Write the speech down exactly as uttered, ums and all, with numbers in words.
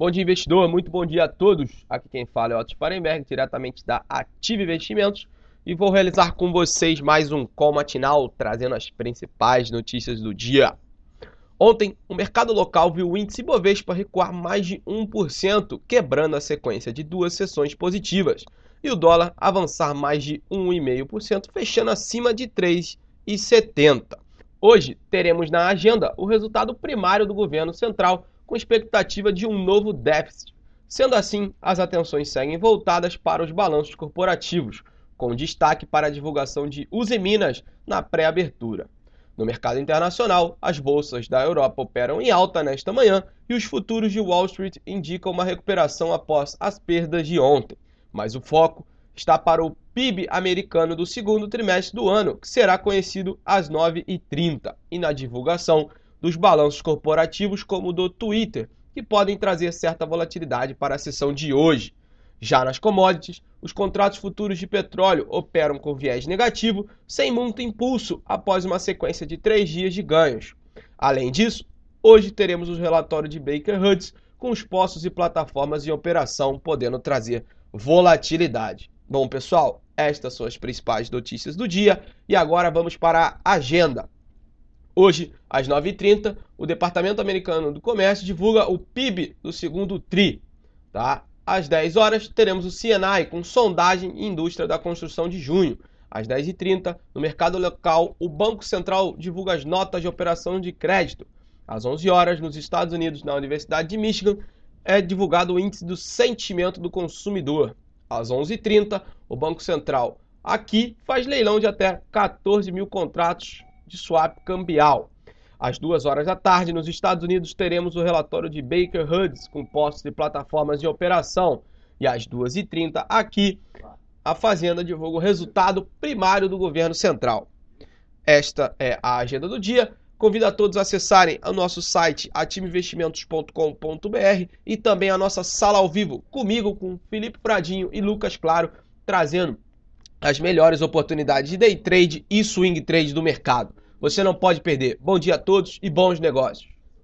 Bom dia, investidor. Muito bom dia a todos. Aqui quem fala é Otto Sparenberg, diretamente da Ativa Investimentos. E vou realizar com vocês mais um call matinal, trazendo as principais notícias do dia. Ontem, o mercado local viu o índice Bovespa recuar mais de um por cento, quebrando a sequência de duas sessões positivas. E o dólar avançar mais de um vírgula cinco por cento, fechando acima de três reais e setenta centavos. Hoje, teremos na agenda o resultado primário do governo central, com expectativa de um novo déficit. Sendo assim, as atenções seguem voltadas para os balanços corporativos, com destaque para a divulgação de Usiminas na pré-abertura. No mercado internacional, as bolsas da Europa operam em alta nesta manhã e os futuros de Wall Street indicam uma recuperação após as perdas de ontem. Mas o foco está para o P I B americano do segundo trimestre do ano, que será conhecido às nove e trinta, e na divulgação dos balanços corporativos como o do Twitter, que podem trazer certa volatilidade para a sessão de hoje. Já nas commodities, os contratos futuros de petróleo operam com viés negativo, sem muito impulso após uma sequência de três dias de ganhos. Além disso, hoje teremos o relatório de Baker Hughes, com os postos e plataformas em operação podendo trazer volatilidade. Bom, pessoal, estas são as principais notícias do dia e agora vamos para a agenda. Hoje, às nove e trinta, o Departamento Americano do Comércio divulga o P I B do segundo tri. Tá? Às dez horas, teremos o C N I com sondagem e indústria da construção de junho. Às dez e trinta, no mercado local, o Banco Central divulga as notas de operação de crédito. Às onze horas, nos Estados Unidos, na Universidade de Michigan, é divulgado o índice do sentimento do consumidor. Às onze e trinta, o Banco Central aqui faz leilão de até quatorze mil contratos de swap cambial. Às duas horas da tarde, nos Estados Unidos, teremos o relatório de Baker Hughes com postos e plataformas em operação. E às duas e trinta, aqui, a Fazenda divulga o resultado primário do governo central. Esta é a agenda do dia. Convido a todos a acessarem o nosso site ativa investimentos ponto com ponto br e também a nossa sala ao vivo, comigo, com Felipe Pradinho e Lucas Claro, trazendo as melhores oportunidades de day trade e swing trade do mercado. Você não pode perder. Bom dia a todos e bons negócios.